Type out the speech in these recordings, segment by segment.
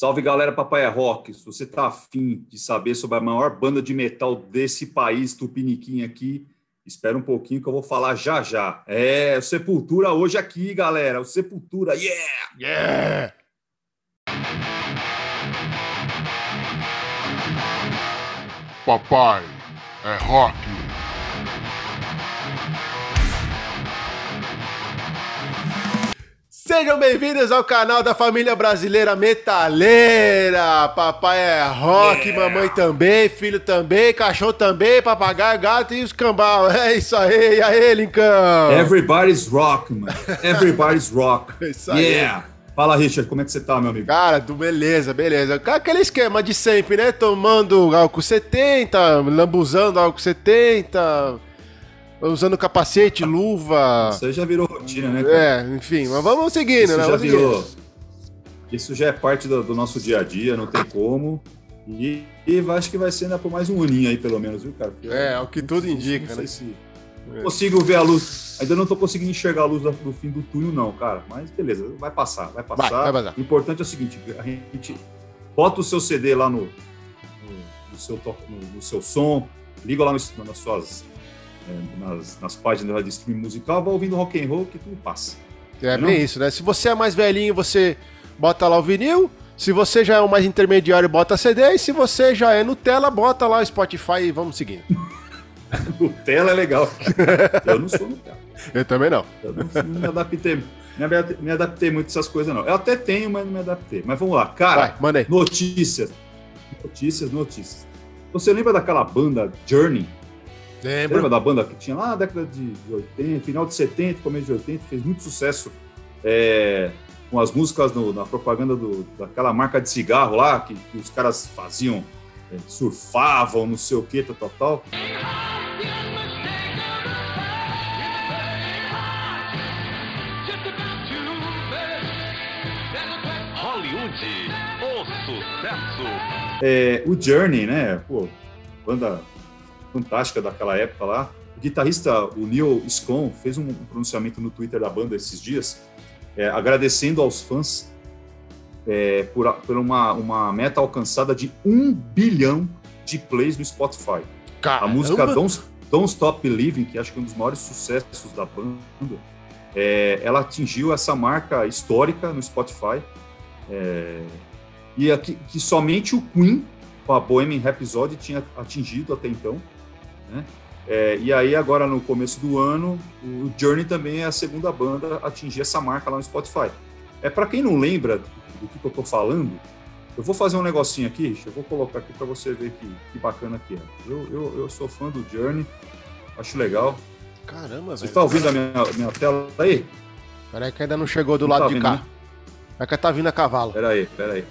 Salve, galera, Papai é Rock. Se você tá afim de saber sobre a maior banda de metal desse país, Tupiniquim aqui, espera um pouquinho que eu vou falar já já. É, o Sepultura hoje aqui, galera. O Sepultura, yeah! Yeah! Papai é Rock. Sejam bem-vindos ao canal da família brasileira metaleira. Papai é rock, yeah. Mamãe também, filho também, cachorro também, papagaio, gato e os cambal. É isso aí, e aí, Lincão? Everybody's rock, mano. Everybody's rock. É isso aí. Yeah! Fala, Richard, como é que você tá, meu amigo? Cara, beleza. Aquele esquema de sempre, né? Tomando álcool 70, lambuzando álcool 70... usando capacete, luva... Isso já virou rotina, né, cara? É, enfim, mas vamos seguindo, né? Isso já é parte do nosso dia a dia, não tem como. E acho que vai ser ainda por mais um aninho aí, pelo menos, viu, cara? Porque é o que tudo indica, não né? Sei se consigo ver a luz. Ainda não tô conseguindo enxergar a luz do fim do túnel, não, cara. Mas beleza, vai passar. Vai passar. O importante é o seguinte, a gente bota o seu CD lá no seu som, liga lá nas suas... nas páginas de streaming musical, vai ouvindo rock and roll que tudo passa. É bem isso, né? Se você é mais velhinho, você bota lá o vinil. Se você já é o mais intermediário, bota CD. E se você já é Nutella, bota lá o Spotify e vamos seguindo. Nutella é legal. Eu não sou Nutella. Eu também não. Eu não me adaptei. Me adaptei muito a essas coisas, não. Eu até tenho, mas não me adaptei. Mas vamos lá. Cara, vai, manda aí. Notícias. Você lembra daquela banda Journey? Lembra da banda que tinha lá na década de 80, final de 70, começo de 80, fez muito sucesso com as músicas na propaganda daquela marca de cigarro lá, que os caras faziam, surfavam, não sei o que, tal. Hollywood, o sucesso. O Journey, né? Pô, banda fantástica daquela época lá. O guitarrista, o Neil Scone, fez um pronunciamento no Twitter da banda esses dias, agradecendo aos fãs por uma meta alcançada de 1 bilhão de plays no Spotify. Caramba. A música Don't Stop Believing, que acho que é um dos maiores sucessos da banda, ela atingiu essa marca histórica no Spotify, e aqui, que somente o Queen, com a Bohemian Rhapsody, tinha atingido até então, né? E aí agora no começo do ano o Journey também é a segunda banda a atingir essa marca lá no Spotify. Para quem não lembra do que eu tô falando, eu vou fazer um negocinho aqui, eu vou colocar aqui para você ver que bacana que é. Eu sou fã do Journey, acho legal. Caramba, você tá ouvindo a minha tela aí? Peraí que ainda não chegou do lado de cá. Né? É que tá vindo a cavalo. Peraí.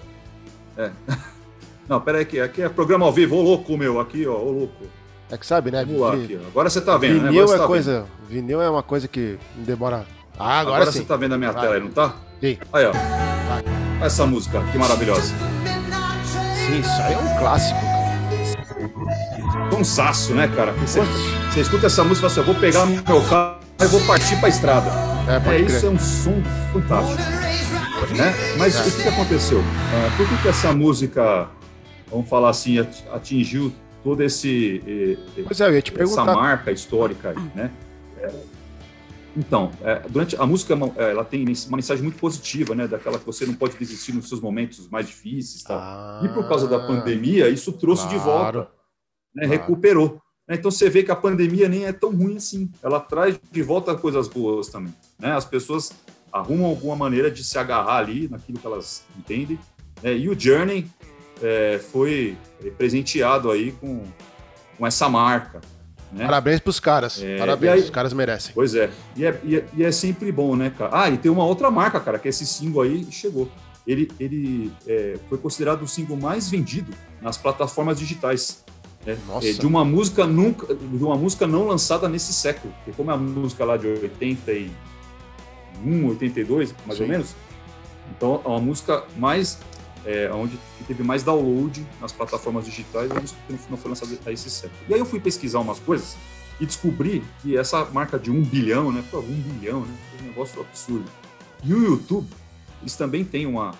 Não, peraí, aqui é programa ao vivo, ô louco, meu, aqui, ó, ô louco. É que sabe, né? Vamos lá, aqui, ó. Agora você tá vendo, vinil né? Vinil é uma coisa que demora... Agora sim. Você tá vendo a minha tela aí, não tá? Sim. Aí, ó. Olha essa música, que maravilhosa. Sim, isso aí é um clássico, cara. Um saço, né, cara? Você escuta essa música e fala assim, eu vou pegar meu carro e vou partir pra estrada. Isso é um som fantástico. Né? Mas o que aconteceu? Por que essa música, vamos falar assim, atingiu todo Pois eu ia te perguntar. Essa marca histórica aí, né? Então, durante a música, ela tem uma mensagem muito positiva, né? Daquela que você não pode desistir nos seus momentos mais difíceis, tal. E por causa da pandemia, isso trouxe de volta, né? Recuperou. Então você vê que a pandemia nem é tão ruim assim. Ela traz de volta coisas boas também, né? As pessoas arrumam alguma maneira de se agarrar ali naquilo que elas entendem, né? E o Journey foi presenteado aí com essa marca, né? Parabéns pros caras, parabéns, os caras merecem. Pois é, e é sempre bom, né, cara? E tem uma outra marca, cara, que esse single aí chegou. Ele foi considerado o single mais vendido nas plataformas digitais. De uma música não lançada nesse século, porque como é a música lá de 81, 82, mais Sim. ou menos, então é uma música mais onde teve mais download nas plataformas digitais, a música que não foi lançada a esse século. E aí eu fui pesquisar umas coisas e descobri que essa marca de 1 bilhão, né? 1 bilhão, né? É um negócio absurdo. E o YouTube, eles também têm uma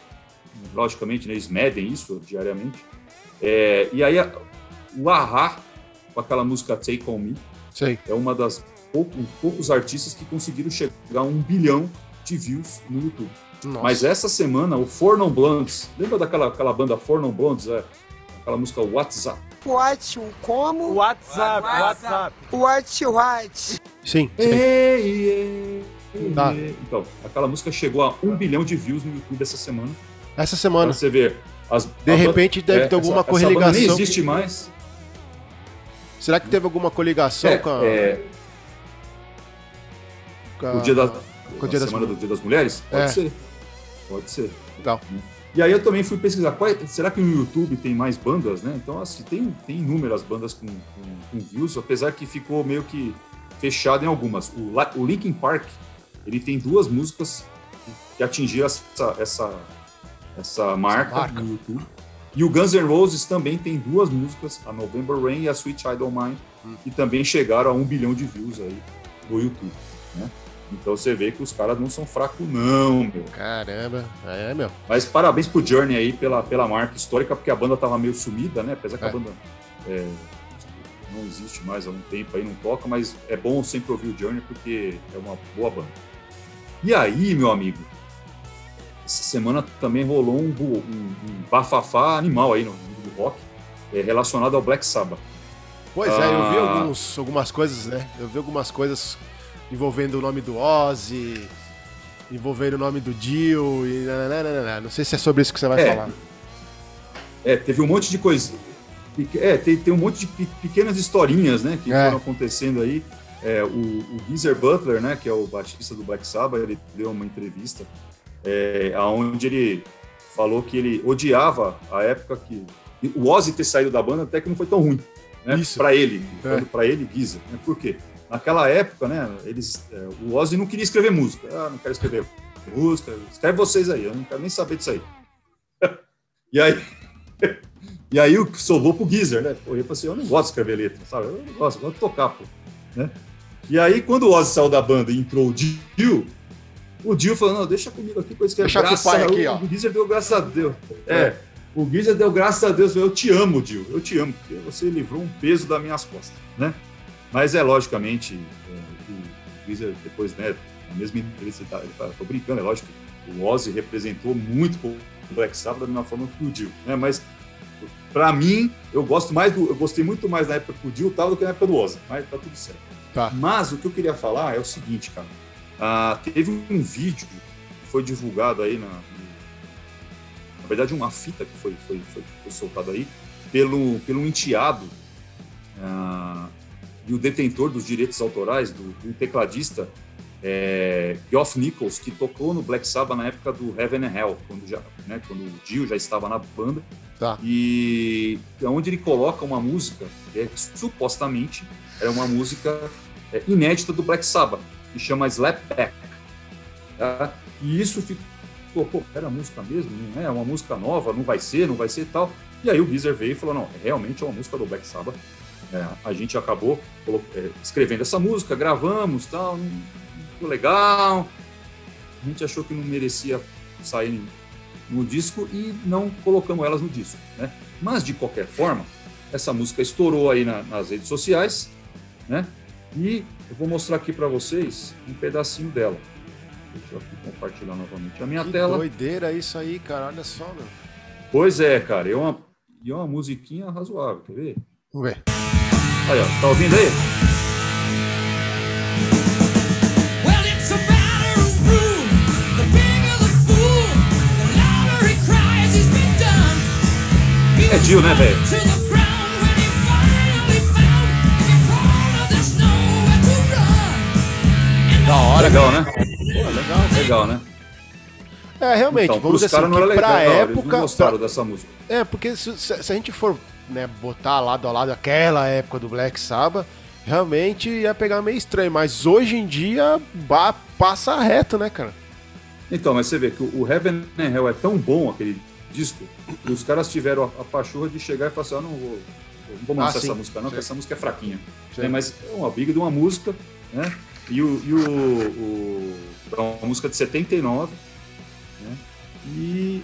logicamente, né, eles medem isso diariamente. E aí o A-ha, com aquela música Take On Me, é uma das poucos artistas que conseguiram chegar a 1 bilhão de views no YouTube. Nossa. Mas essa semana, o Four Non Blondes, lembra daquela banda Four Non Blondes? Aquela música WhatsApp. Como? WhatsApp. Sim. Tá. Então, aquela música chegou a 1 bilhão de views no YouTube essa semana. Essa semana. Pra você ver. De repente deve ter alguma coligação. Essa banda nem existe mais. Será que teve alguma coligação com a... O dia da semana do Dia das Mulheres? Pode ser. Legal. E aí eu também fui pesquisar, será que no YouTube tem mais bandas, né? Então, assim, tem inúmeras bandas com views, apesar que ficou meio que fechado em algumas. O Linkin Park, ele tem 2 músicas que atingiram essa marca no YouTube. E o Guns N' Roses também tem 2 músicas, a November Rain e a Sweet Child O' Mine, que também chegaram a 1 bilhão de views aí no YouTube, né? Então você vê que os caras não são fracos não, meu. Caramba, meu. Mas parabéns pro Journey aí pela marca histórica, porque a banda tava meio sumida, né? Apesar que a banda não existe mais há um tempo aí, não toca, mas é bom sempre ouvir o Journey porque é uma boa banda. E aí, meu amigo, essa semana também rolou um bafafá animal aí no mundo do rock, relacionado ao Black Sabbath. Pois eu vi algumas coisas, né? Eu vi algumas coisas envolvendo o nome do Ozzy, envolvendo o nome do Dio, e não sei se é sobre isso que você vai falar. Teve um monte de coisa. Tem um monte de pequenas historinhas, né, que foram acontecendo aí. O Geezer Butler, né, que é o baixista do Black Sabbath, ele deu uma entrevista onde ele falou que ele odiava a época que o Ozzy ter saído da banda, até que não foi tão ruim, né, para ele, Geezer. Né, por quê? Naquela época, né, o Ozzy não queria escrever música. Não quero escrever música, escreve vocês aí, eu não quero nem saber disso aí. E aí o que sobrou pro Geezer, né? Pô, eu falei assim, eu não gosto de escrever letra, sabe? Eu não gosto de tocar, pô. Né? E aí, quando o Ozzy saiu da banda e entrou o Dio falou, não, deixa comigo aqui, que eu escrevo. Deixa com o pai aqui, ó. O Geezer deu graças a Deus. O Geezer deu graças a Deus, eu te amo, Dio, eu te amo, porque você livrou um peso das minhas costas, né? Mas logicamente, o Geezer depois, né, na mesma entrevista, tô brincando, é lógico que o Ozzy representou muito o Black Sabbath da mesma forma que o Dio, né, mas pra mim, eu gostei muito mais na época que o Dio tava do que na época do Ozzy, mas tá tudo certo. Tá. Mas o que eu queria falar é o seguinte, cara, teve um vídeo que foi divulgado aí, na verdade uma fita que foi soltada aí, pelo enteado, e o detentor dos direitos autorais do tecladista Geoff Nichols, que tocou no Black Sabbath na época do Heaven and Hell, quando o Dio já estava na banda. Tá. E onde ele coloca uma música que supostamente era uma música inédita do Black Sabbath, que chama Slapback. Tá? E isso ficou, era música mesmo? Não é uma música nova, não vai ser e tal. E aí o Geezer veio e falou, não, realmente é uma música do Black Sabbath. A gente acabou escrevendo essa música, gravamos, tal, ficou legal. A gente achou que não merecia sair no disco e não colocamos elas no disco, né? Mas, de qualquer forma, essa música estourou aí nas redes sociais, né? E eu vou mostrar aqui para vocês um pedacinho dela. Deixa eu aqui compartilhar novamente a minha tela. Que doideira isso aí, cara, olha só, meu. Pois é, cara, é uma musiquinha razoável, quer ver? Vamos ver. Aí, ó, tá ouvindo aí? É Dio, né, velho? Da hora, legal, né? Pô, legal, né? Realmente, então, vamos dizer assim, não era legal, pra época... Eles não gostaram dessa música. Porque se a gente for, né, botar lado a lado aquela época do Black Sabbath, realmente ia pegar meio estranho, mas hoje em dia passa reto, né, cara? Então, mas você vê que o Heaven and Hell é tão bom, aquele disco, que os caras tiveram a pachorra de chegar e falar assim, não vou lançar essa música não, porque essa música é fraquinha. Né? Mas é uma briga de uma música, né? E é uma música de 79, né? E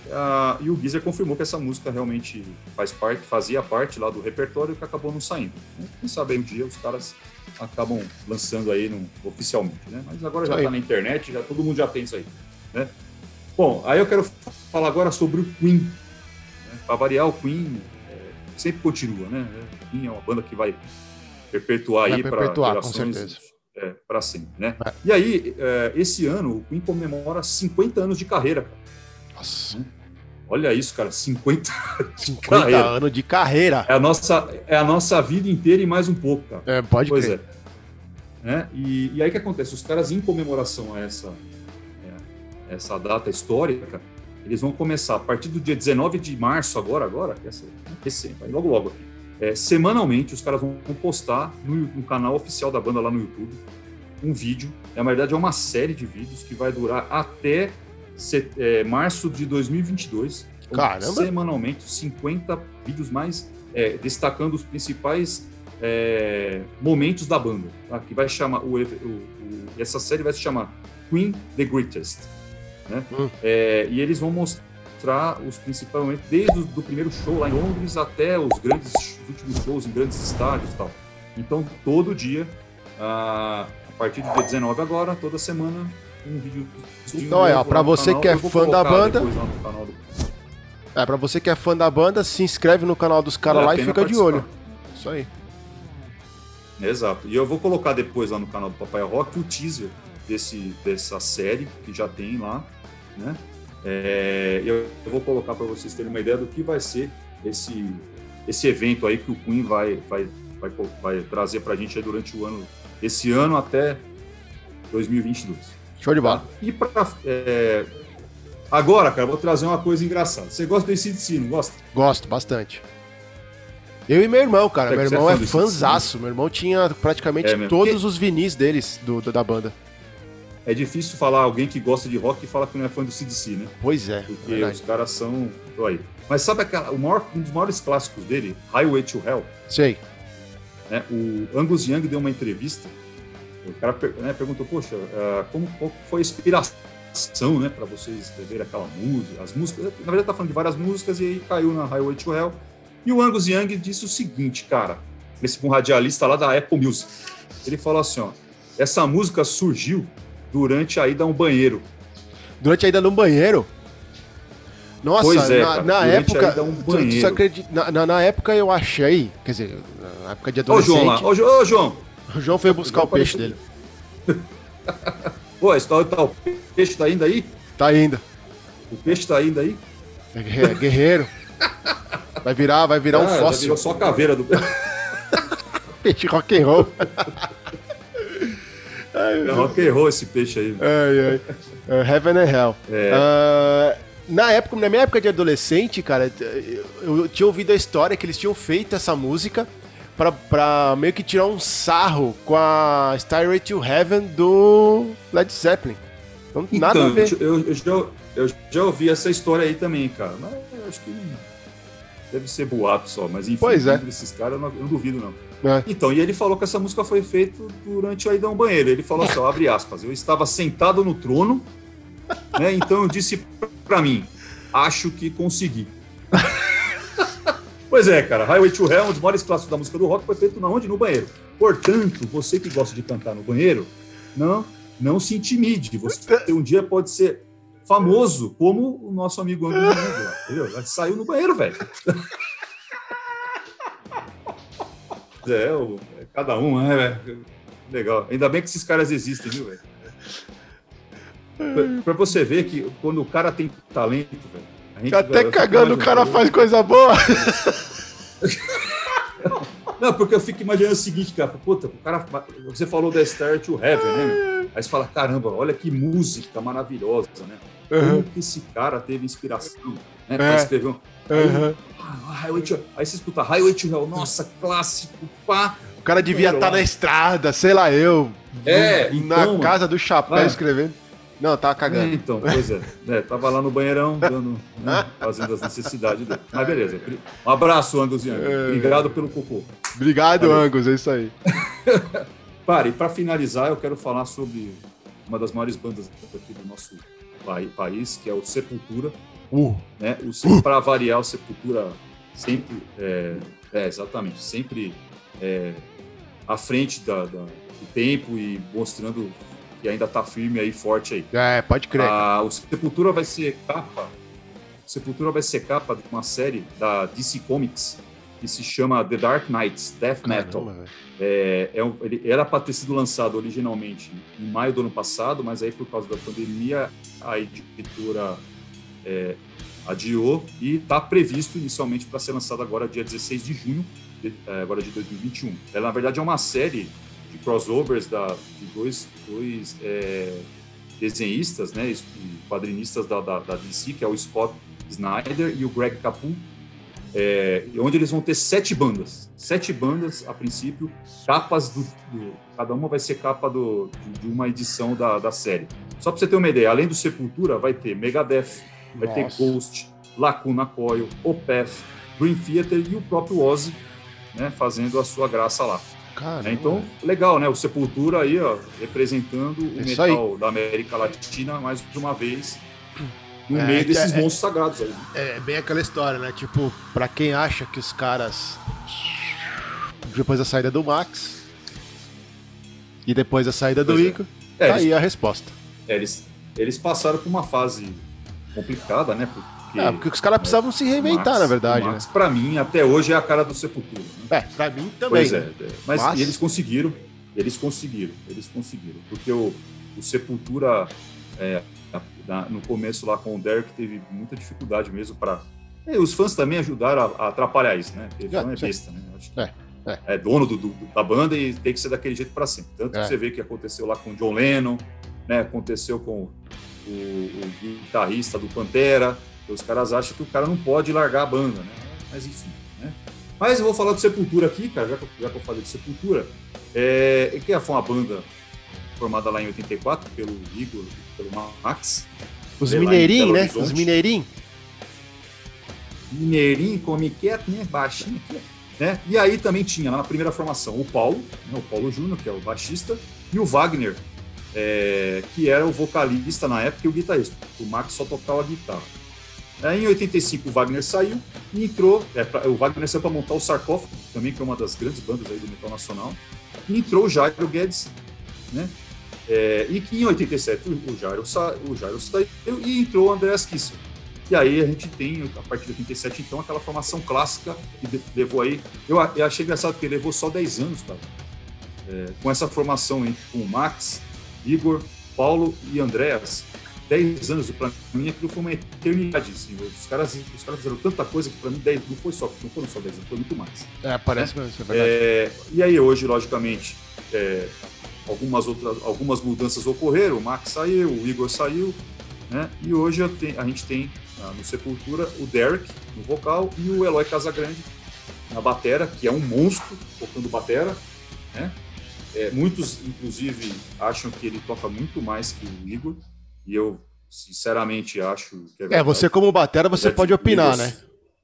e o Geezer confirmou que essa música realmente fazia parte lá do repertório que acabou não saindo. Quem sabe aí um dia os caras acabam lançando aí oficialmente, né? Mas agora já está na internet, todo mundo já tem isso aí, né? Bom, aí eu quero falar agora sobre o Queen. Né? Para variar, o Queen sempre continua, né? O Queen é uma banda que vai perpetuar aí para gerações, para sempre, né? E aí, esse ano, o Queen comemora 50 anos de carreira, cara. Nossa. Olha isso, cara, 50 anos de carreira. É a nossa vida inteira e mais um pouco, cara. Pode crer. Pois é. E aí o que acontece? Os caras, em comemoração a essa data histórica, eles vão começar a partir do dia 19 de março, agora, recente, logo, semanalmente os caras vão postar no canal oficial da banda lá no YouTube um vídeo. Na verdade, é uma série de vídeos que vai durar até março de 2022. Caramba! Semanalmente, 50 vídeos mais destacando os principais momentos da banda. Tá? Que vai chamar essa série vai se chamar Queen The Greatest. Né? E eles vão mostrar os principais momentos, desde o primeiro show lá em Londres até os últimos shows em grandes estádios e tal. Então, todo dia, a partir do dia 19 agora, toda semana, um vídeo. Então, pra você que é fã da banda... pra você que é fã da banda, se inscreve no canal dos caras lá e fica de olho. Isso aí. Exato. E eu vou colocar depois lá no canal do Papai Rock o teaser dessa série que já tem lá, né? Eu vou colocar para vocês terem uma ideia do que vai ser esse evento aí que o Queen vai trazer pra gente aí durante o ano, esse ano até 2022. Show de bola. Tá? E agora, cara, eu vou trazer uma coisa engraçada. Você gosta do AC/DC, não gosta? Gosto, bastante. Eu e meu irmão, cara. Meu irmão é fãzaço. Meu irmão tinha praticamente todos os vinis deles, da banda. É difícil falar alguém que gosta de rock e fala que não é fã do AC/DC, né? Pois é. Porque os caras são... aí. Mas sabe um dos maiores clássicos dele, Highway to Hell? Sei. Né? O Angus Young deu uma entrevista. O cara perguntou, poxa, qual foi a inspiração, né, para vocês escreverem aquela música? As músicas, na verdade tá falando de várias músicas e aí caiu na Highway to Hell. E o Angus Young disse o seguinte, cara, um radialista lá da Apple Music. Ele falou assim, ó, essa música surgiu durante a ida a um banheiro. Durante a ida num banheiro? Nossa, pois é, na época... Você acredita, na época eu achei, quer dizer, na época de adolescente... Ô, João! O João foi buscar o peixe dele. Pô, o peixe tá indo aí? Tá indo. O peixe tá indo aí? É guerreiro. Vai virar um fóssil. Virou só a caveira do peixe rock and roll. É rock and roll esse peixe aí. Heaven and Hell. Na minha época de adolescente, cara, eu tinha ouvido a história que eles tinham feito essa música pra meio que tirar um sarro com a Stairway to Heaven do Led Zeppelin. Então, nada a ver. Eu já ouvi essa história aí também, cara. Mas eu acho que deve ser boato só. Mas enfim, esses caras eu não duvido, não. Então, e ele falou que essa música foi feita durante a ida a um banheiro. Ele falou assim, ó, abre aspas, eu estava sentado no trono, né? Então eu disse pra mim, acho que consegui. Pois é, cara, Highway to Hell, um dos maiores clássicos da música do rock, foi feito onde? No banheiro. Portanto, você que gosta de cantar no banheiro, não se intimide. Você um dia pode ser famoso, como o nosso amigo Angus Young lá, entendeu? Ele saiu no banheiro, velho. Cada um, né, velho? Legal. Ainda bem que esses caras existem, viu, velho? Pra você ver que quando o cara tem talento, velho, até cagando o cara faz coisa boa. Não, porque eu fico imaginando o seguinte, cara. Puta, o cara, você falou da Stairway to Heaven, né? Aí você fala, caramba, olha que música maravilhosa, né? Como que esse cara teve inspiração, né? Pra escrever Aí você escuta Highway to Hell, nossa, clássico, pá. O cara devia estar na estrada, sei lá, na casa do chapéu escrevendo. Não, tava cagando. Então, pois tava lá no banheirão, fazendo as necessidades dele. Mas beleza. Um abraço, Angus Young. Obrigado pelo cocô. Obrigado, Angus, é isso aí. E para finalizar, eu quero falar sobre uma das maiores bandas aqui do nosso país, que é o Sepultura. Né? Para variar, o Sepultura sempre... exatamente, sempre à frente do tempo e mostrando que ainda está firme aí, forte aí. Pode crer. O Sepultura vai ser capa de uma série da DC Comics que se chama The Dark Knights, Death Metal. Ele era para ter sido lançado originalmente em maio do ano passado, mas aí por causa da pandemia a editora adiou e está previsto inicialmente para ser lançado agora dia 16 de junho agora de 2021. Ela, na verdade, é uma série de crossovers de dois desenhistas, né, e quadrinistas da DC, que é o Scott Snyder e o Greg Capullo, onde eles vão ter 7 bandas a princípio, capas cada uma vai ser capa de uma edição da série. Só para você ter uma ideia, além do Sepultura, vai ter Megadeth, vai ter Ghost, Lacuna Coil, Opeth, Dream Theater e o próprio Ozzy, né, fazendo a sua graça lá. Então, legal, né? O Sepultura aí, ó, representando o metal da América Latina mais de uma vez no meio desses monstros sagrados aí. É bem aquela história, né? Tipo, pra quem acha que os caras, depois da saída do Max e depois da saída do Igor, tá aí a resposta. Eles passaram por uma fase complicada, né? Porque os caras precisavam se reinventar, na verdade. O Max, pra mim, até hoje, é a cara do Sepultura. Né? Pra mim também. Pois mas eles conseguiram. Porque o Sepultura, no começo lá com o Derek, teve muita dificuldade mesmo para... os fãs também ajudaram a atrapalhar isso, né? Porque fã é besta, né? Acho que é dono da banda e tem que ser daquele jeito para sempre. Tanto que você vê que aconteceu lá com o John Lennon, né? Aconteceu com o guitarrista do Pantera. Os caras acham que o cara não pode largar a banda, né? Mas enfim, né? Mas eu vou falar do Sepultura aqui, cara, já que eu falei de Sepultura, que foi uma banda formada lá em 84 pelo Igor e pelo Max. Os mineirinhos, né? Os mineirinhos. Mineirinho, come quieto, né? Baixinho aqui, né? E aí também tinha lá na primeira formação o Paulo, né? O Paulo Júnior, que é o baixista, e o Wagner, que era o vocalista na época e o guitarrista. O Max só tocava a guitarra. Em 85 o Wagner saiu e entrou, o Wagner saiu para montar o Sarcófago, também que é uma das grandes bandas aí do metal nacional, e entrou o Jairo Guedes, né? E que em 87 o Jairo saiu e entrou o Andreas Kisser. E aí a gente tem, a partir de 87, então, aquela formação clássica que levou aí, eu achei engraçado porque levou só 10 anos, cara, com essa formação com o Max, Igor, Paulo e Andreas. 10 anos, pra mim, aquilo foi uma eternidade. Assim. Os caras fizeram tanta coisa que pra mim não foram só 10 anos, foi muito mais. Parece mesmo, isso é verdade. E aí hoje, logicamente, algumas mudanças ocorreram, o Max saiu, o Igor saiu, né? E hoje a gente tem no Sepultura o Derek no vocal e o Eloy Casagrande na batera, que é um monstro tocando batera, né? Muitos, inclusive, acham que ele toca muito mais que o Igor. E eu, sinceramente, acho que é verdade. Você como batera, você pode opinar, né?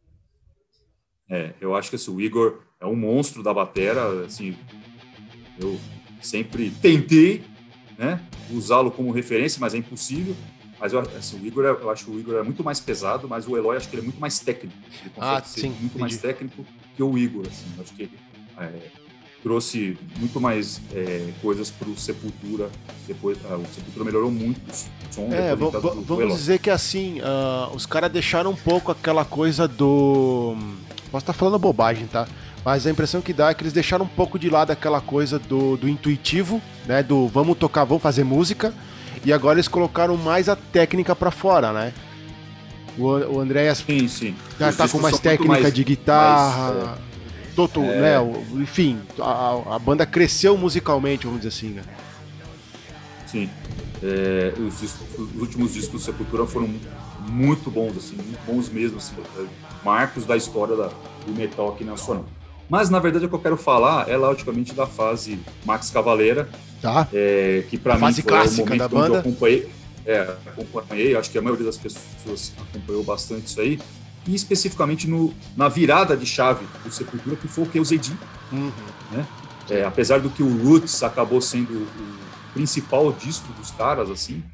Eu acho que assim, o Igor é um monstro da batera, assim, eu sempre tentei, né, usá-lo como referência, mas é impossível. Mas assim, eu acho que o Igor é muito mais pesado, mas o Eloy acho que ele é muito mais técnico. Ele consegue ser muito mais técnico que o Igor, assim. Eu acho que trouxe muito mais coisas para o Sepultura. Depois, o Sepultura melhorou muito o som. Vamos dizer que assim, os caras deixaram um pouco aquela coisa do... Posso estar falando bobagem, tá? Mas a impressão que dá é que eles deixaram um pouco de lado aquela coisa do intuitivo, né? Do vamos tocar, vamos fazer música. E agora eles colocaram mais a técnica para fora, né? O Andreas já tá com mais técnica de guitarra... né? Enfim, a banda cresceu musicalmente, vamos dizer assim, né? Sim. Os últimos discos do Sepultura foram muito bons, assim, muito bons mesmo, assim, marcos da história do metal aqui nacional. Mas, na verdade, o que eu quero falar é, logicamente, da fase Max Cavaleira, que para mim foi o momento da banda. Onde eu acompanhei, acho que a maioria das pessoas acompanhou bastante isso aí, e especificamente na virada de chave do Sepultura, que foi o Chaos AD. Né? Apesar do que o Roots acabou sendo o principal disco dos caras, assim,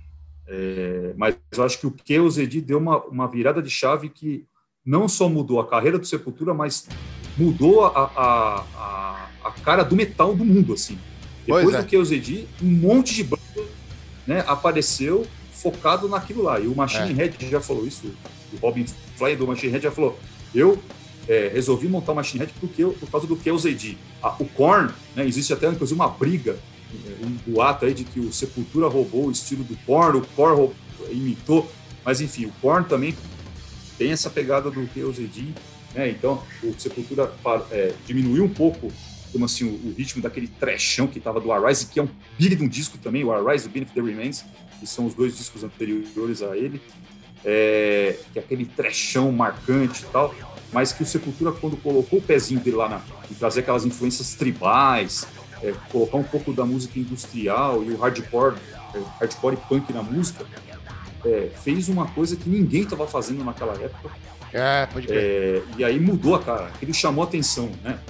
Mas eu acho que o QOZD deu uma virada de chave que não só mudou a carreira do Sepultura, mas mudou a cara do metal do mundo, assim. Depois do QOZD, um monte de banda, né, apareceu focado naquilo lá. E o Machine Head já falou isso, o Robin Fly do Machine Head já falou, eu resolvi montar o Machine Head por causa do QOZD. O Korn, né, existe até inclusive uma briga, um boato aí de que o Sepultura roubou o estilo do Korn, o Korn imitou, mas enfim, o Korn também tem essa pegada do QOZD, né, então o Sepultura diminuiu um pouco como assim, o ritmo daquele trashão que estava do Arise, que é um big de um disco também, o Arise e o Beneath the Remains, que são os 2 discos anteriores a ele, que é aquele trashão marcante e tal, mas que o Sepultura, quando colocou o pezinho dele lá em trazer aquelas influências tribais, colocar um pouco da música industrial e o hardcore e punk na música, fez uma coisa que ninguém estava fazendo naquela época. Pode crer. E aí mudou a cara, ele chamou a atenção, né?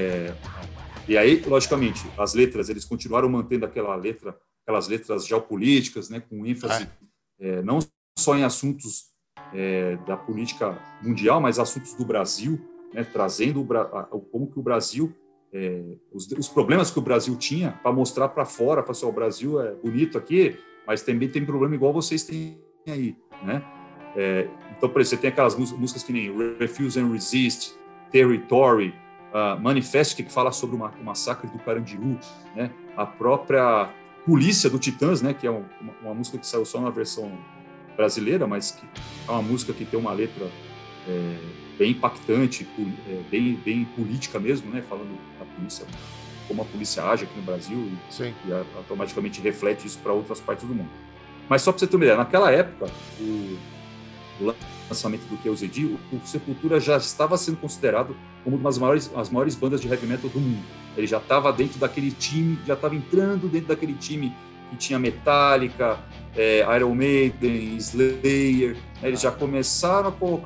E aí, logicamente, as letras, eles continuaram mantendo aquelas letras geopolíticas, né, com ênfase não só em assuntos da política mundial, mas assuntos do Brasil, né, trazendo como que o Brasil, os problemas que o Brasil tinha, para mostrar para fora, para o Brasil é bonito aqui, mas também tem problema igual vocês têm aí, né? Então, por exemplo, você tem aquelas músicas que nem Refuse and Resist, Territory, Manifest, que fala sobre o massacre do Carandiru, né? A própria Polícia do Titãs, né? Que é uma música que saiu só na versão brasileira, mas que é uma música que tem uma letra bem impactante, bem política mesmo, né? Falando da polícia, como a polícia age aqui no Brasil e automaticamente reflete isso para outras partes do mundo. Mas só para você ter uma ideia, naquela época, o lançamento do QOZD, o Sepultura já estava sendo considerado como uma das maiores bandas de heavy metal do mundo. Ele já estava dentro daquele time, já estava entrando dentro daquele time que tinha Metallica, Iron Maiden, Slayer, né? Eles já começaram a colocar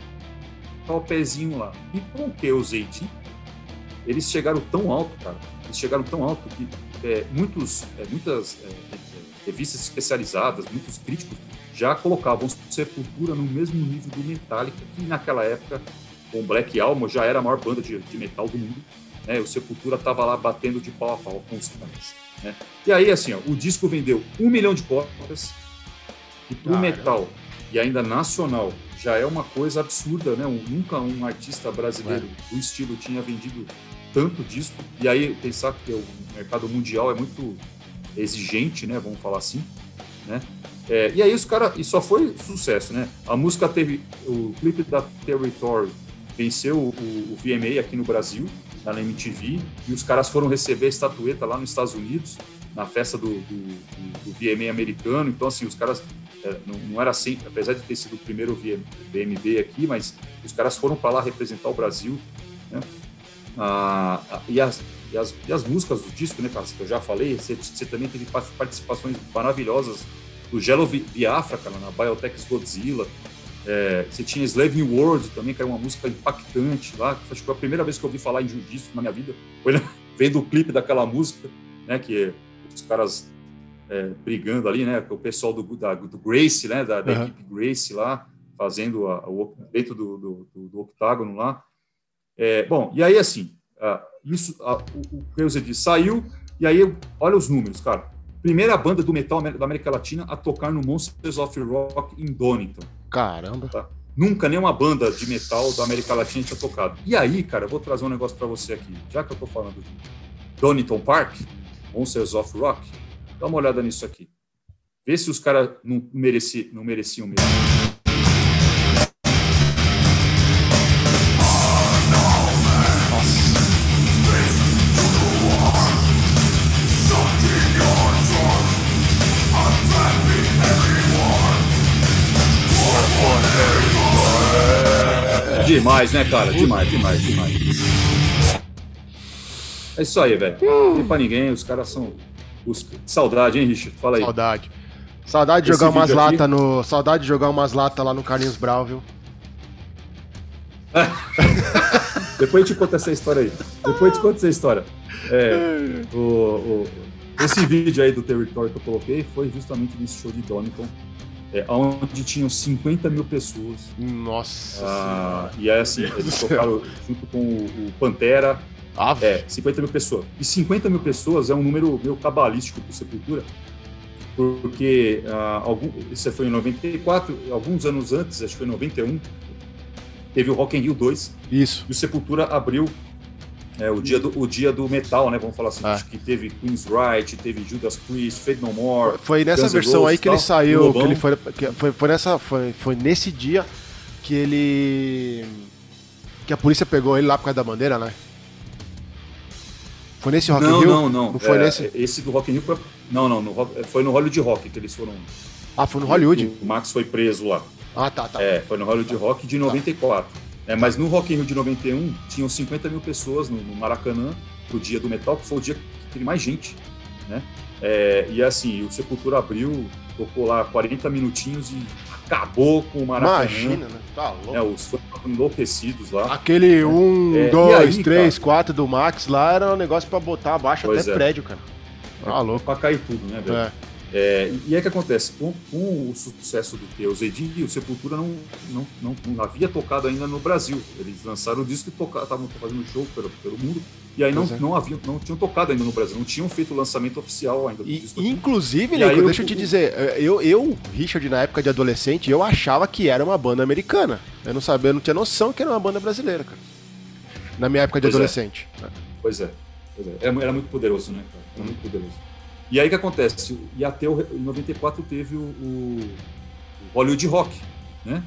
o pezinho lá. E com o QOZD, eles chegaram tão alto, cara, que muitas revistas especializadas, muitos críticos já colocavam Sepultura no mesmo nível do Metallica, que naquela época, com Black Album, já era a maior banda de metal do mundo, né? O Sepultura estava lá batendo de pau a pau com os caras, né? E aí, assim, o disco vendeu 1 milhão de cópias, e pro metal, e ainda nacional, já é uma coisa absurda, né? Nunca um artista brasileiro do estilo tinha vendido tanto disco, e aí pensar que o mercado mundial é muito exigente, né? Vamos falar assim, né? E aí os caras, e só foi sucesso, né? A música teve, o clipe da Territory venceu o VMA aqui no Brasil, na MTV, e os caras foram receber a estatueta lá nos Estados Unidos, na festa do VMA americano. Então, assim, os caras, não era assim, apesar de ter sido o primeiro VMB aqui, mas os caras foram para lá representar o Brasil, né? E as músicas do disco, né, que eu já falei, você também teve participações maravilhosas do Jello Biafra, cara, na Biotech's Godzilla. Você tinha Slave New World também, que era uma música impactante lá. Acho que foi a primeira vez que eu ouvi falar em disso na minha vida. Foi vendo o clipe daquela música, né, que os caras brigando ali, né, com o pessoal do Grace, né, da equipe Grace lá, fazendo dentro do octágono lá. Bom, e aí assim, o QOZD saiu, e aí olha os números, cara. Primeira banda do metal da América Latina a tocar no Monsters of Rock em Donington. Caramba! Tá? Nunca nenhuma banda de metal da América Latina tinha tocado. E aí, cara, eu vou trazer um negócio pra você aqui. Já que eu tô falando de Donington Park, Monsters of Rock, dá uma olhada nisso aqui. Vê se os caras não mereciam mesmo. Demais, né, cara? Demais. É isso aí, velho. Não tem pra ninguém, os caras são... Saudade, hein, Richard? Fala aí. Saudade de jogar umas latas Saudade de jogar umas latas lá no Carlinhos Brau, viu? Depois eu te conto essa história aí. Esse vídeo aí do Territory que eu coloquei foi justamente nesse show de Donington, onde tinham 50 mil pessoas. Nossa. E aí, assim, eles tocaram junto com o Pantera. 50 mil pessoas. E 50 mil pessoas é um número meio cabalístico para o Sepultura, porque isso foi em 94, alguns anos antes, acho que foi em 91, teve o Rock in Rio 2. Isso. E o Sepultura abriu o dia do metal, né? Vamos falar assim, acho que teve Queen's Right, teve Judas Priest, Faith No More. Foi nessa Guns N' versão Roses, aí que ele saiu, que ele foi nesse dia que a polícia pegou ele lá por causa da bandeira, né? Foi nesse Rock in Rio? Não foi nesse? Esse do Rock in Rio foi... Não, foi no Hollywood Rock que eles foram... Foi no Hollywood? O Max foi preso lá. Tá. Foi no Hollywood Rock de 94. Mas no Rock in Rio de 91, tinham 50 mil pessoas no Maracanã, pro dia do metal, que foi o dia que teve mais gente, né? E assim, o Sepultura abriu, tocou lá 40 minutinhos e acabou com o Maracanã. Imagina, né? Tá louco. Os fãs estavam enlouquecidos lá. Aquele 1, 2, 3, cara, 4 do Max lá era um negócio pra botar abaixo até prédio, cara. Louco. Pra cair tudo, né, velho? E aí o que acontece? Com o sucesso do TLZD, o Sepultura não havia tocado ainda no Brasil. Eles lançaram o disco e estavam fazendo show pelo mundo, e aí não tinham tocado ainda no Brasil, não tinham feito o lançamento oficial ainda do disco. Inclusive, Nico, deixa eu te dizer, eu, Richard, na época de adolescente, eu achava que era uma banda americana. Eu não tinha noção que era uma banda brasileira, cara. Na minha época de adolescente. Pois é. Era muito poderoso, né, cara? Era muito poderoso. E aí o que acontece? E até em 94 teve o Hollywood Rock, né?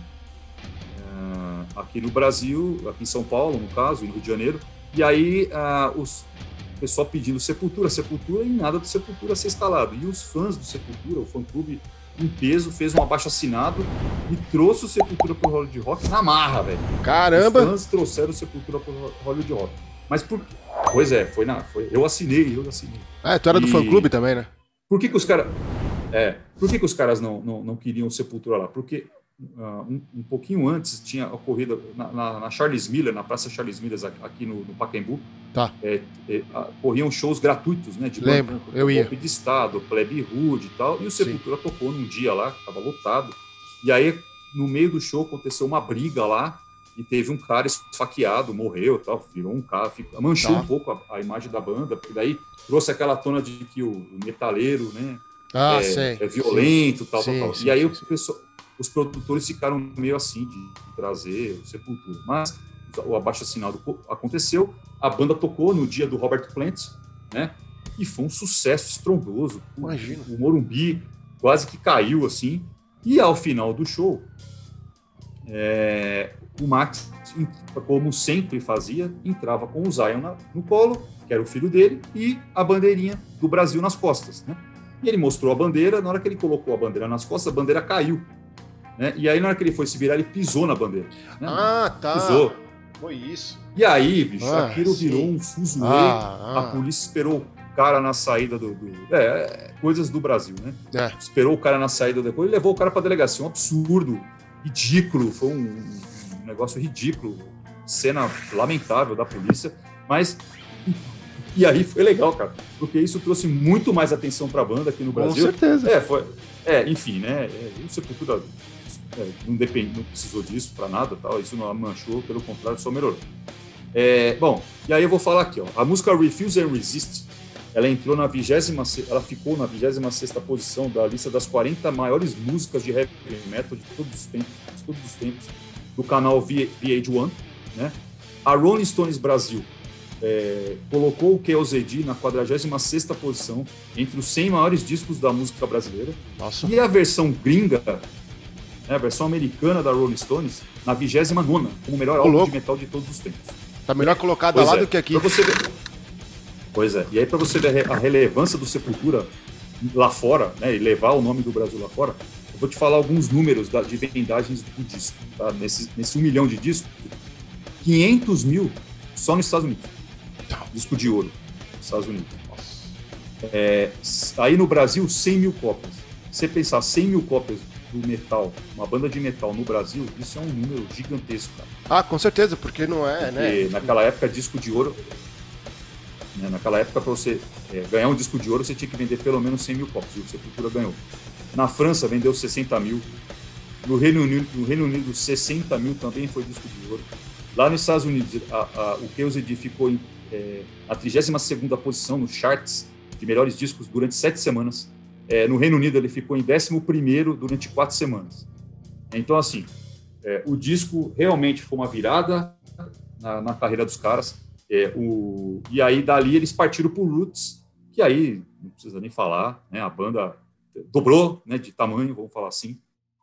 Aqui no Brasil, aqui em São Paulo, no caso, e no Rio de Janeiro. E aí o pessoal pedindo Sepultura e nada do Sepultura ser instalado. E os fãs do Sepultura, o fã-clube em peso, fez um abaixo-assinado e trouxe o Sepultura pro Hollywood Rock na marra, velho. Caramba! Os fãs trouxeram o Sepultura pro Hollywood Rock. Mas por quê? Pois é, eu assinei. Tu era do fã-clube também, né? Por que os caras... por que os caras não queriam Sepultura lá? Porque um pouquinho antes tinha ocorrido na Charles Miller, na Praça Charles Miller, aqui no Pacaembu. Tá. Corriam shows gratuitos, né? Lembro, eu ia. Golpe de Estado, Plebe Rude e tal. E o Sepultura tocou num dia lá, tava lotado. E aí, no meio do show, aconteceu uma briga lá. E teve um cara esfaqueado, morreu, tal, virou um cara, manchou um pouco a imagem da banda, porque daí trouxe aquela tona de que o metaleiro, né, é violento, tal. E aí os produtores ficaram meio assim de trazer o Sepultura. Mas o abaixo-assinado aconteceu, a banda tocou no dia do Robert Plant, né, e foi um sucesso estrondoso. Imagina. O Morumbi quase que caiu, assim, e ao final do show, o Max, como sempre fazia, entrava com o Zion no colo, que era o filho dele, e a bandeirinha do Brasil nas costas, né? E ele mostrou a bandeira, na hora que ele colocou a bandeira nas costas, a bandeira caiu, né? E aí, na hora que ele foi se virar, ele pisou na bandeira. Né? Tá. Pisou. Foi isso. E aí, bicho, aquilo virou um fuzuê, a polícia esperou o cara na saída coisas do Brasil, né? Esperou o cara na saída depois e levou o cara pra delegacia. Um absurdo, ridículo, foi um negócio ridículo, cena lamentável da polícia, mas e aí foi legal, cara, porque isso trouxe muito mais atenção para a banda aqui no Brasil. Com certeza. Enfim, né? O Sepultura não precisou disso para nada, tal. Isso não manchou, pelo contrário, só melhorou. Bom, e aí eu vou falar aqui, ó, a música Refuse and Resist, ela ficou na 26ª posição da lista das 40 maiores músicas de heavy metal de todos os tempos. Do canal VH1, né? A Rolling Stones Brasil colocou o KLZD na 46ª posição entre os 100 maiores discos da música brasileira. Nossa. E a versão gringa, a versão americana da Rolling Stones, na 29ª, como o melhor álbum de metal de todos os tempos. Tá melhor colocada lá do que aqui. Pra você ver. Pois é. E aí, para você ver a relevância do Sepultura lá fora, né, e levar o nome do Brasil lá fora, eu vou te falar alguns números de vendagens do disco. Tá? Nesse 1 milhão de discos, 500 mil só nos Estados Unidos. Disco de ouro nos Estados Unidos. Aí no Brasil, 100 mil cópias. Se você pensar 100 mil cópias do metal, uma banda de metal no Brasil, isso é um número gigantesco, cara. Com certeza, porque não é, né? Naquela época, disco de ouro... Né? Naquela época, para você ganhar um disco de ouro, você tinha que vender pelo menos 100 mil cópias, e o Sepultura ganhou. Na França, vendeu 60 mil. No Reino Unido, 60 mil também foi disco de ouro. Lá nos Estados Unidos, o Killsedy ficou na 32ª posição nos charts de melhores discos durante 7 semanas. No Reino Unido, ele ficou em 11º durante 4 semanas. Então, assim, o disco realmente foi uma virada na carreira dos caras. E aí, dali, eles partiram pro Roots, que aí, não precisa nem falar, né? A banda dobrou, né, de tamanho, vamos falar assim.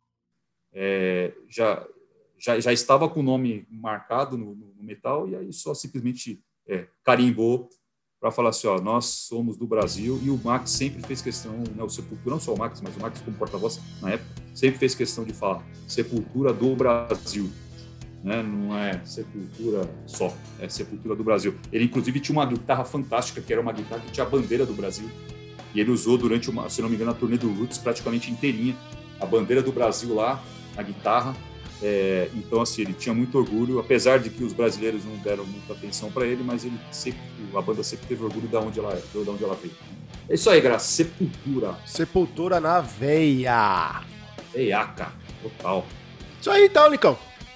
Já estava com o nome marcado no metal, e aí só simplesmente carimbou para falar assim, ó, nós somos do Brasil, e o Max sempre fez questão, né, o Sepultura, não só o Max, mas o Max como porta-voz na época, sempre fez questão de falar Sepultura do Brasil, né? Não é Sepultura só, é Sepultura do Brasil. Ele, inclusive, tinha uma guitarra fantástica, que era uma guitarra que tinha a bandeira do Brasil, e ele usou durante, se não me engano, a turnê do Roots praticamente inteirinha, a bandeira do Brasil lá, na guitarra. Então, assim, ele tinha muito orgulho, apesar de que os brasileiros não deram muita atenção para ele, mas a banda sempre teve orgulho de onde ela veio. É isso aí, Graça, Sepultura. Sepultura na veia. Veiaca, total. Isso aí então, Nicão.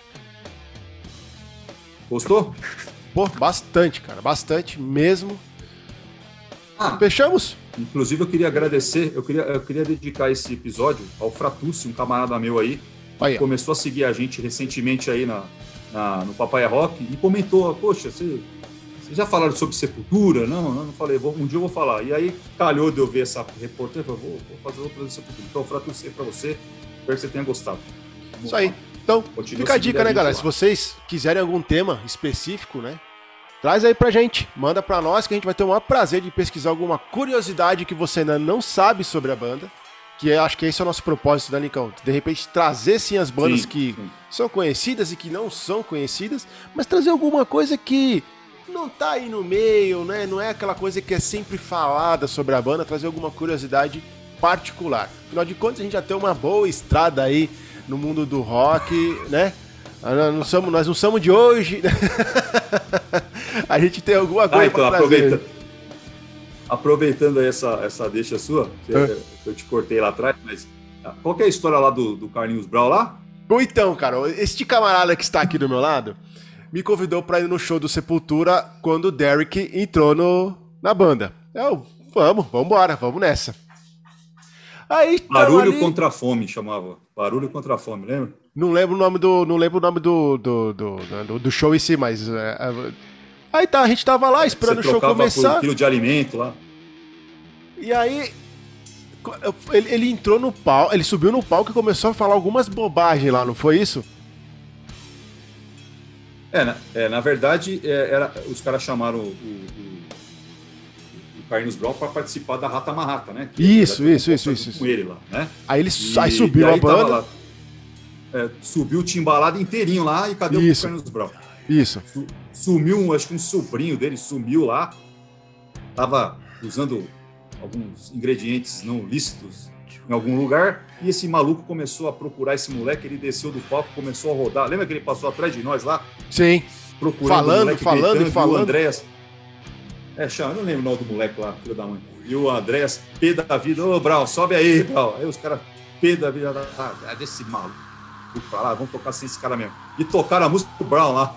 Gostou? Pô, bastante, cara, bastante mesmo. Fechamos? Inclusive, eu queria agradecer, eu queria dedicar esse episódio ao Fratucci, um camarada meu aí, que começou a seguir a gente recentemente aí no Papai Rock e comentou, poxa, vocês já falaram sobre Sepultura? Não falei, um dia eu vou falar. E aí calhou de eu ver essa reportagem, eu vou fazer outra Sepultura. Então, Fratucci pra você, espero que você tenha gostado. Isso aí. Então, fica a dica, né, galera? Lá. Se vocês quiserem algum tema específico, né? Traz aí pra gente, manda pra nós que a gente vai ter o maior prazer de pesquisar alguma curiosidade que você ainda não sabe sobre a banda, que eu acho que esse é o nosso propósito, né, Nicão? De repente trazer sim as bandas que são conhecidas e que não são conhecidas, mas trazer alguma coisa que não tá aí no meio, né? Não é aquela coisa que é sempre falada sobre a banda, trazer alguma curiosidade particular. Afinal de contas, a gente já tem uma boa estrada aí no mundo do rock, né? Nós não somos de hoje. A gente tem alguma coisa então, pra trazer. Aproveitando aí essa deixa sua, eu te cortei lá atrás, mas qual que é a história lá do Carlinhos Brau lá? Então, cara, este camarada que está aqui do meu lado me convidou pra ir no show do Sepultura quando o Derek entrou na banda. Vamos nessa. Aí, Barulho contra a Fome chamava. Barulho contra a Fome, lembra? Não lembro o nome do show em si, mas aí tá, a gente tava lá esperando o show começar. Por quilo de alimento lá. E aí ele entrou no palco, ele subiu no palco e começou a falar algumas bobagens lá, não foi isso? Na verdade, os caras chamaram o Carlinhos Brau para participar da Rata Marrata, né? Isso. Com ele lá, né? Aí subiu a banda. Subiu o timbalado inteirinho lá e cadê o Carlinhos Brau? Isso. Sumiu, acho que um sobrinho dele sumiu lá, tava usando alguns ingredientes não lícitos em algum lugar, e esse maluco começou a procurar esse moleque, ele desceu do palco, começou a rodar. Lembra que ele passou atrás de nós lá? Sim. Procurando falando. E o Andréas... eu não lembro o nome do moleque lá, filho da mãe. E o Andréas, pé da vida, ô Brau, sobe aí, Brau. Aí os caras, pé da vida, desse maluco. Fui falar, vamos tocar sem esse cara mesmo. E tocaram a música do Brown lá.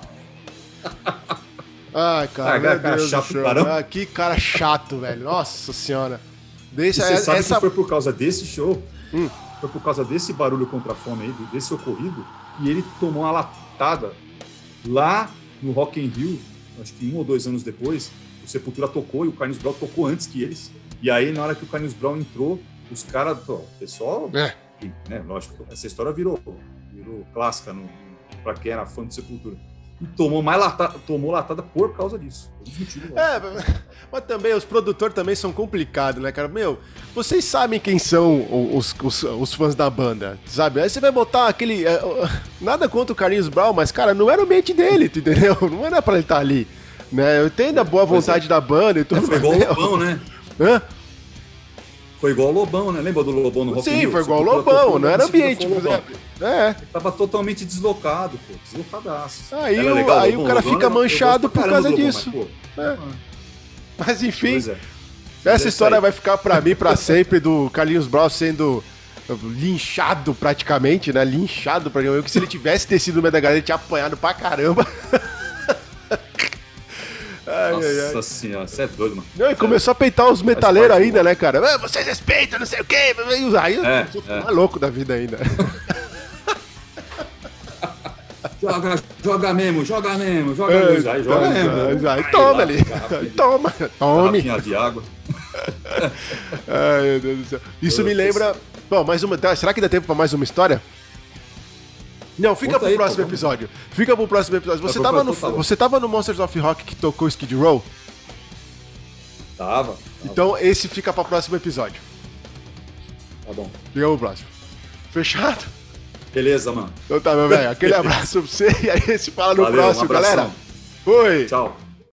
Ai, cara, cara chato, caramba. Que cara chato, velho. Nossa senhora. Você sabe que foi por causa desse show, foi por causa desse Barulho contra a Fome aí, desse ocorrido, e ele tomou uma latada lá no Rock in Rio, acho que 1 ou 2 anos depois, o Sepultura tocou e o Carlinhos Brau tocou antes que eles. E aí, na hora que o Carlinhos Brau entrou, os caras, o pessoal, né, lógico, essa história virou clássica pra quem era fã do Sepultura. E tomou latada por causa disso. Mas também os produtores também são complicados, né, cara? Meu, vocês sabem quem são os fãs da banda, sabe? Aí você vai botar aquele... nada contra o Carlinhos Brau, mas, cara, não era o ambiente dele, entendeu? Não era pra ele estar ali. Né? Eu entendo a boa vontade da banda e tudo. Foi igual o Lobão, né? Foi igual o Lobão, né? Lembra do Lobão no Rock in Rio? Sim, foi igual o Lobão, não era ambiente. Ele tava totalmente deslocado, pô. Deslocadaço. Aí o cara fica manchado por causa disso. Mas enfim, Pois é. essa história vai ficar pra mim pra sempre, do Carlinhos Brown sendo linchado praticamente, né? Linchado praticamente. Que se ele tivesse descido no meio da galera, ele tinha apanhado pra caramba. Nossa senhora, você é doido, mano. Não, e começou a peitar os metaleiros ainda, né, cara? Vocês respeitam, não sei o quê. Aí eu sou louco da vida ainda. Joga mesmo. Aí joga mesmo. Aí toma ali. Tome. Garrafinha de água. Ai, meu Deus do céu. Isso me lembra... Bom, mais uma... Será que dá tempo pra mais uma história? Não, fica pro próximo episódio. Fica pro próximo episódio. Você tava no Monsters of Rock que tocou Skid Row? Tava. Então esse fica pro próximo episódio. Tá bom. Fica pro próximo. Fechado? Beleza, mano. Então tá, meu velho. Aquele abraço pra você e aí se fala no próximo, galera. Fui. Tchau.